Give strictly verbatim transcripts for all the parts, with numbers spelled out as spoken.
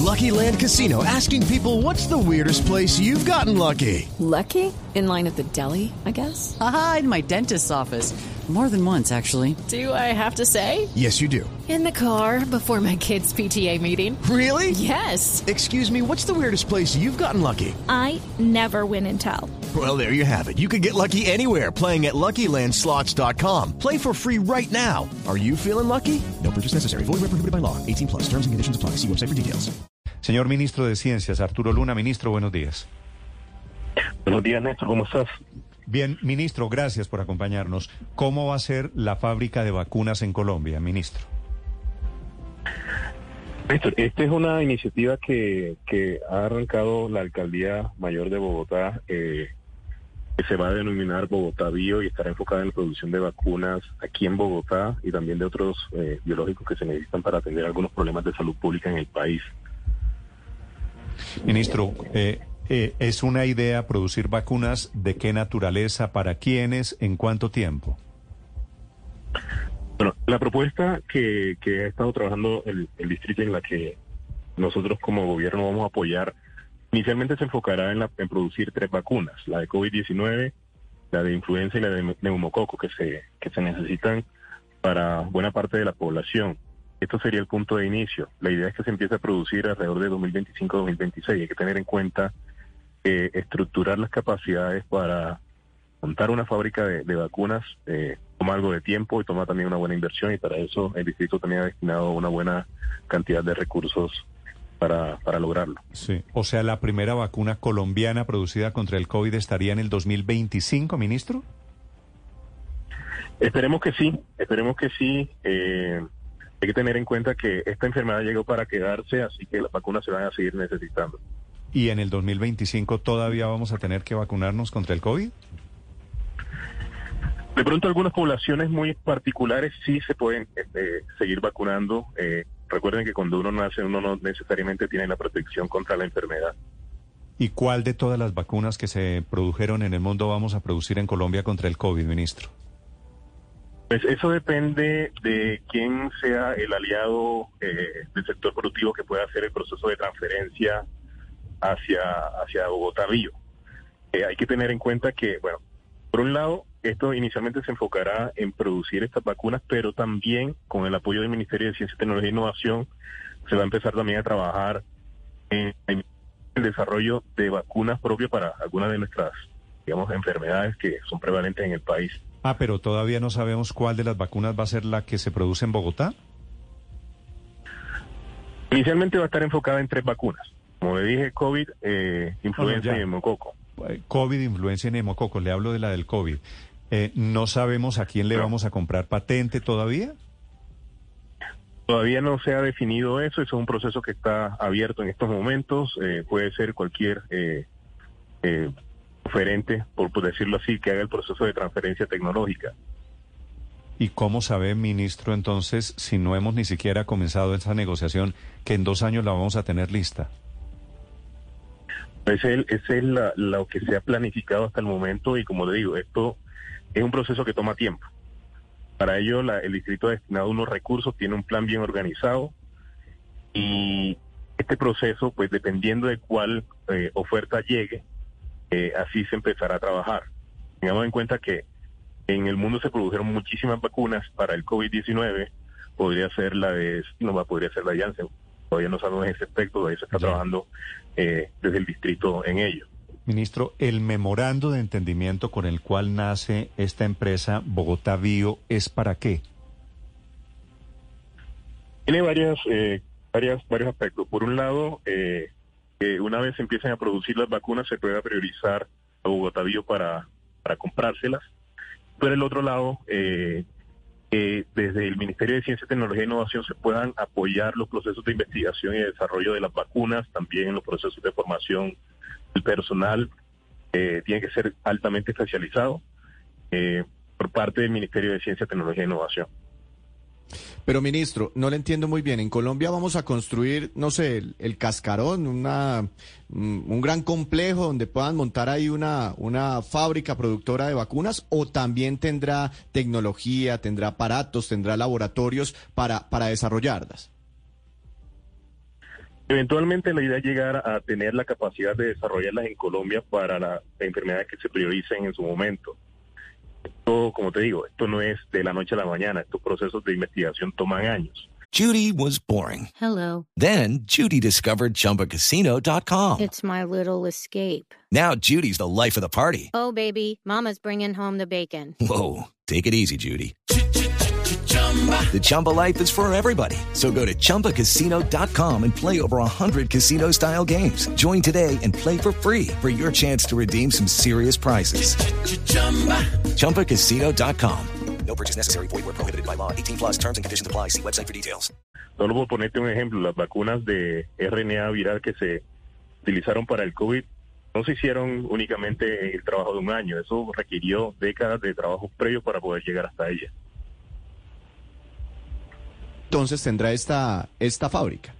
Lucky Land Casino, asking people, what's the weirdest place you've gotten lucky? Lucky? In line at the deli, I guess? Aha, in my dentist's office. More than once, actually. Do I have to say? Yes, you do. In the car before my kids' P T A meeting. Really? Yes. Excuse me, what's the weirdest place you've gotten lucky? I never win and tell. Well, there you have it. You can get lucky anywhere, playing at Lucky Land Slots dot com. Play for free right now. Are you feeling lucky? No purchase necessary. Void where prohibited by law. eighteen plus. Terms and conditions apply. See website for details. Señor Ministro de Ciencias, Arturo Luna. Ministro, buenos días. Buenos días, Néstor. ¿Cómo estás? Bien, ministro, gracias por acompañarnos. ¿Cómo va a ser la fábrica de vacunas en Colombia, ministro? Néstor, esta es una iniciativa que, que ha arrancado la Alcaldía Mayor de Bogotá, eh, que se va a denominar Bogotá Bio y estará enfocada en la producción de vacunas aquí en Bogotá y también de otros eh, biológicos que se necesitan para atender algunos problemas de salud pública en el país. Ministro, eh, eh, ¿es una idea producir vacunas de qué naturaleza, para quiénes, en cuánto tiempo? Bueno, la propuesta que, que ha estado trabajando el, el distrito en la que nosotros como gobierno vamos a apoyar, inicialmente se enfocará en, la, en producir tres vacunas, la de COVID diecinueve, la de influenza y la de neumococo, que se, que se necesitan para buena parte de la población. Esto sería el punto de inicio. La idea es que se empiece a producir alrededor de dos mil veinticinco a dos mil veintiséis. Hay que tener en cuenta eh, estructurar las capacidades para montar una fábrica de, de vacunas, eh, toma algo de tiempo y toma también una buena inversión, y para eso el distrito también ha destinado una buena cantidad de recursos para, para lograrlo. Sí, o sea, la primera vacuna colombiana producida contra el COVID estaría en el dos mil veinticinco, ministro. Esperemos que sí, esperemos que sí. Eh, hay que tener en cuenta que esta enfermedad llegó para quedarse, así que las vacunas se van a seguir necesitando. ¿Y en el dos mil veinticinco todavía vamos a tener que vacunarnos contra el COVID? De pronto algunas poblaciones muy particulares sí se pueden este, seguir vacunando. Eh, recuerden que cuando uno nace uno no necesariamente tiene la protección contra la enfermedad. ¿Y cuál de todas las vacunas que se produjeron en el mundo vamos a producir en Colombia contra el COVID, ministro? Pues eso depende de quién sea el aliado eh, del sector productivo que pueda hacer el proceso de transferencia hacia, hacia Bogotá Bio. Eh, hay que tener en cuenta que, bueno, por un lado, esto inicialmente se enfocará en producir estas vacunas, pero también con el apoyo del Ministerio de Ciencia, Tecnología e Innovación se va a empezar también a trabajar en, en el desarrollo de vacunas propias para algunas de nuestras, digamos, enfermedades que son prevalentes en el país. Ah, pero todavía no sabemos cuál de las vacunas va a ser la que se produce en Bogotá. Inicialmente va a estar enfocada en tres vacunas. Como le dije, COVID, eh, influenza Bueno, y neumococo. COVID, influenza y neumococo. Le hablo de la del COVID. Eh, ¿No sabemos a quién le no. vamos a comprar patente todavía? Todavía no se ha definido eso. Eso es un proceso que está abierto en estos momentos. Eh, puede ser cualquier eh, eh, oferente, por, por decirlo así, que haga el proceso de transferencia tecnológica. ¿Y cómo sabe, ministro, entonces, si no hemos ni siquiera comenzado esa negociación, que en dos años la vamos a tener lista? Ese es, ese es la, lo que se ha planificado hasta el momento, y como le digo, esto es un proceso que toma tiempo. Para ello, la, el distrito ha destinado unos recursos, tiene un plan bien organizado, y este proceso, pues dependiendo de cuál eh, oferta llegue, eh, así se empezará a trabajar. Tengamos en cuenta que en el mundo se produjeron muchísimas vacunas para el COVID diecinueve, podría ser la de Sinova, podría ser la de Janssen. Todavía no sabemos ese aspecto, todavía se está Ya. trabajando eh, desde el distrito en ello. Ministro, el memorando de entendimiento con el cual nace esta empresa Bogotá Bio, ¿es para qué? Tiene varias, eh, varias, varios aspectos. Por un lado, eh, que una vez empiecen a producir las vacunas se pueda priorizar a Bogotá Bio para, para comprárselas. Por el otro lado, eh, que desde el Ministerio de Ciencia, Tecnología e Innovación se puedan apoyar los procesos de investigación y de desarrollo de las vacunas, también los procesos de formación del personal, eh, tiene que ser altamente especializado eh, por parte del Ministerio de Ciencia, Tecnología e Innovación. Pero, ministro, no le entiendo muy bien. En Colombia vamos a construir, no sé, el, el Cascarón, una, un gran complejo donde puedan montar ahí una, una fábrica productora de vacunas, o también tendrá tecnología, tendrá aparatos, tendrá laboratorios para, para desarrollarlas. Eventualmente la idea es llegar a tener la capacidad de desarrollarlas en Colombia para las enfermedades que se prioricen en su momento. Esto, como te digo, esto no es de la noche a la mañana. Estos procesos de investigación toman años. Judy was boring. Hello. Then Judy discovered Chumba Casino dot com. It's my little escape. Now Judy's the life of the party. Oh, baby, mama's bringing home the bacon. Whoa, take it easy, Judy. The Chumba life is for everybody. So go to Chumba Casino dot com and play over one hundred casino-style games. Join today and play for free for your chance to redeem some serious prizes. Chumba Casino dot com. No purchase necessary. Void where prohibited by law. eighteen plus terms and conditions apply. See website for details. Solo por ponerte un ejemplo, las vacunas de R N A viral que se utilizaron para el COVID no se hicieron únicamente en el trabajo de un año. Eso requirió décadas de trabajo previo para poder llegar hasta ella. Entonces tendrá esta, esta fábrica.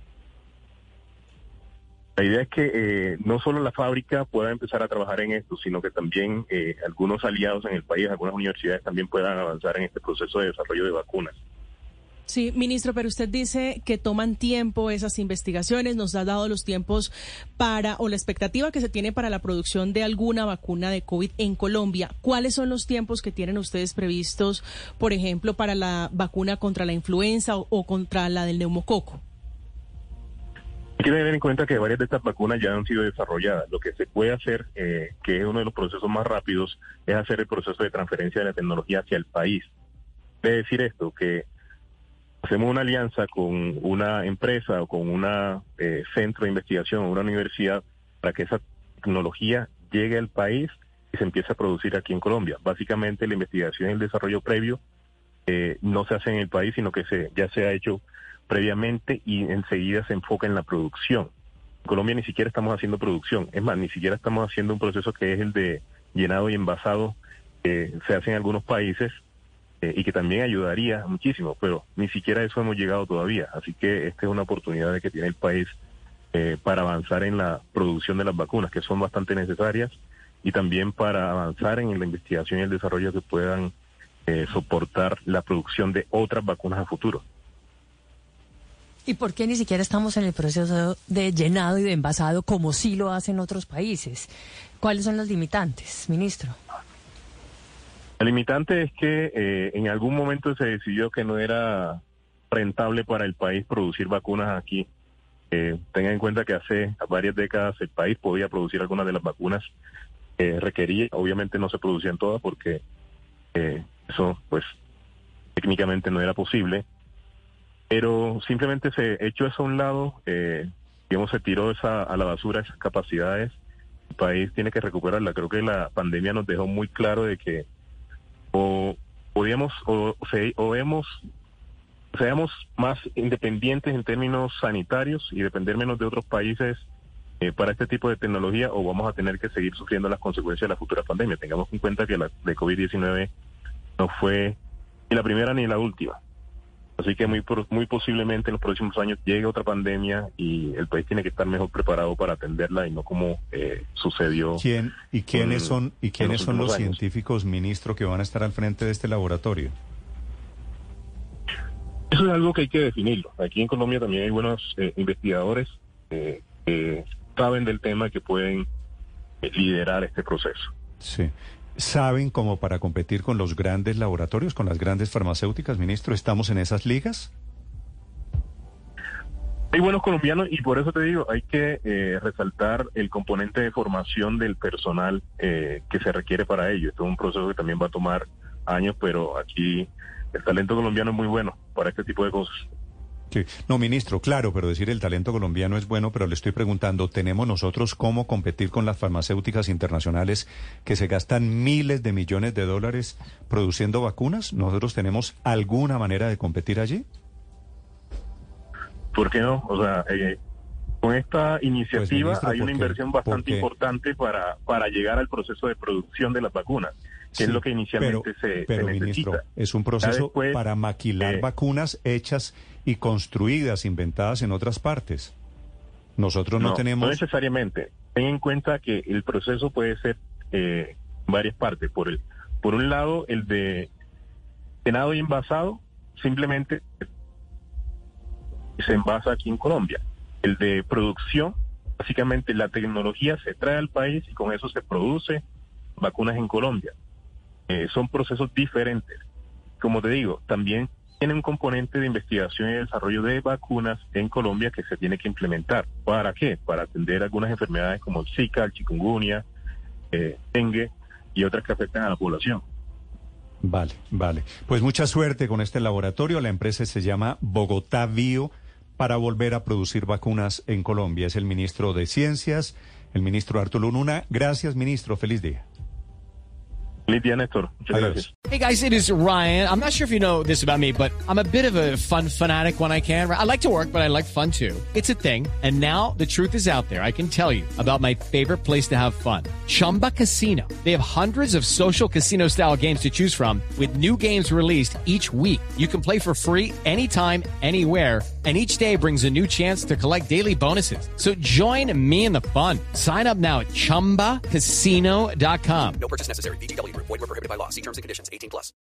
La idea es que eh, no solo la fábrica pueda empezar a trabajar en esto, sino que también eh, algunos aliados en el país, algunas universidades también puedan avanzar en este proceso de desarrollo de vacunas. Sí, ministro, pero usted dice que toman tiempo esas investigaciones, nos ha dado los tiempos para, o la expectativa que se tiene para la producción de alguna vacuna de COVID en Colombia. ¿Cuáles son los tiempos que tienen ustedes previstos, por ejemplo, para la vacuna contra la influenza o, o contra la del neumococo? Hay que tener en cuenta que varias de estas vacunas ya han sido desarrolladas. Lo que se puede hacer, eh, que es uno de los procesos más rápidos, es hacer el proceso de transferencia de la tecnología hacia el país. Quiere decir esto, que hacemos una alianza con una empresa o con un eh, centro de investigación o una universidad para que esa tecnología llegue al país y se empiece a producir aquí en Colombia. Básicamente la investigación y el desarrollo previo eh, no se hace en el país, sino que se ya se ha hecho previamente y enseguida se enfoca en la producción. En Colombia ni siquiera estamos haciendo producción, es más, ni siquiera estamos haciendo un proceso que es el de llenado y envasado que se hace en algunos países, y que también ayudaría muchísimo, pero ni siquiera a eso hemos llegado todavía. Así que esta es una oportunidad de que tiene el país eh, para avanzar en la producción de las vacunas, que son bastante necesarias, y también para avanzar en la investigación y el desarrollo que puedan eh, soportar la producción de otras vacunas a futuro. ¿Y por qué ni siquiera estamos en el proceso de llenado y de envasado como sí lo hacen otros países? ¿Cuáles son los limitantes, ministro? El limitante es que eh, en algún momento se decidió que no era rentable para el país producir vacunas aquí. Eh, tengan en cuenta que hace varias décadas el país podía producir algunas de las vacunas que requería. Obviamente no se producían todas porque eh, eso pues técnicamente no era posible. Pero simplemente se echó eso a un lado, eh, digamos, se tiró esa a la basura esas capacidades. El país tiene que recuperarla. Creo que la pandemia nos dejó muy claro de que o podíamos o, o, se, o hemos, seamos más independientes en términos sanitarios y depender menos de otros países eh, para este tipo de tecnología, o vamos a tener que seguir sufriendo las consecuencias de la futura pandemia. Tengamos en cuenta que la de COVID diecinueve no fue ni la primera ni la última. Así que muy muy posiblemente en los próximos años llegue otra pandemia y el país tiene que estar mejor preparado para atenderla y no como eh, sucedió. ¿Quién y quiénes en, son y quiénes los son los años. científicos, ministro, que van a estar al frente de este laboratorio? Eso es algo que hay que definirlo. Aquí en Colombia también hay buenos eh, investigadores eh, que saben del tema y que pueden eh, liderar este proceso. Sí. ¿Saben cómo para competir con los grandes laboratorios, con las grandes farmacéuticas, ministro? ¿Estamos en esas ligas? Hay buenos colombianos y por eso te digo, hay que eh, resaltar el componente de formación del personal eh, que se requiere para ello. Esto es un proceso que también va a tomar años, pero aquí el talento colombiano es muy bueno para este tipo de cosas. Sí. No, ministro, claro, pero decir el talento colombiano es bueno, pero le estoy preguntando, ¿tenemos nosotros cómo competir con las farmacéuticas internacionales que se gastan miles de millones de dólares produciendo vacunas? ¿Nosotros tenemos alguna manera de competir allí? ¿Por qué no? O sea, eh, con esta iniciativa Pues, ministro, hay una ¿por qué? inversión bastante ¿Por qué? importante para, para llegar al proceso de producción de las vacunas, que Sí, es lo que inicialmente pero, se, pero, se necesita. ministro, es un Ya proceso después, para maquilar eh, vacunas hechas y construidas, inventadas en otras partes. Nosotros no, No, tenemos... no necesariamente. Ten en cuenta que el proceso puede ser eh, en varias partes. Por el, por un lado, el de llenado y envasado, simplemente se envasa aquí en Colombia. El de producción, básicamente la tecnología se trae al país y con eso se produce vacunas en Colombia. Eh, son procesos diferentes. Como te digo, también tiene un componente de investigación y desarrollo de vacunas en Colombia que se tiene que implementar. ¿Para qué? Para atender algunas enfermedades como el Zika, el chikungunya, eh, dengue y otras que afectan a la población. Vale, vale. Pues mucha suerte con este laboratorio. La empresa se llama Bogotá Bio para volver a producir vacunas en Colombia. Es el ministro de Ciencias, el ministro Arturo Luna. Gracias, ministro. Feliz día. Feliz día, Néstor. Muchas Adiós. gracias. Hey guys, it is Ryan. I'm not sure if you know this about me, but I'm a bit of a fun fanatic when I can. I like to work, but I like fun too. It's a thing. And now the truth is out there. I can tell you about my favorite place to have fun. Chumba Casino. They have hundreds of social casino style games to choose from with new games released each week. You can play for free anytime, anywhere. And each day brings a new chance to collect daily bonuses. So join me in the fun. Sign up now at chumba casino dot com. No purchase necessary. V G W Group. Void where prohibited by law. See terms and conditions. eighteen plus.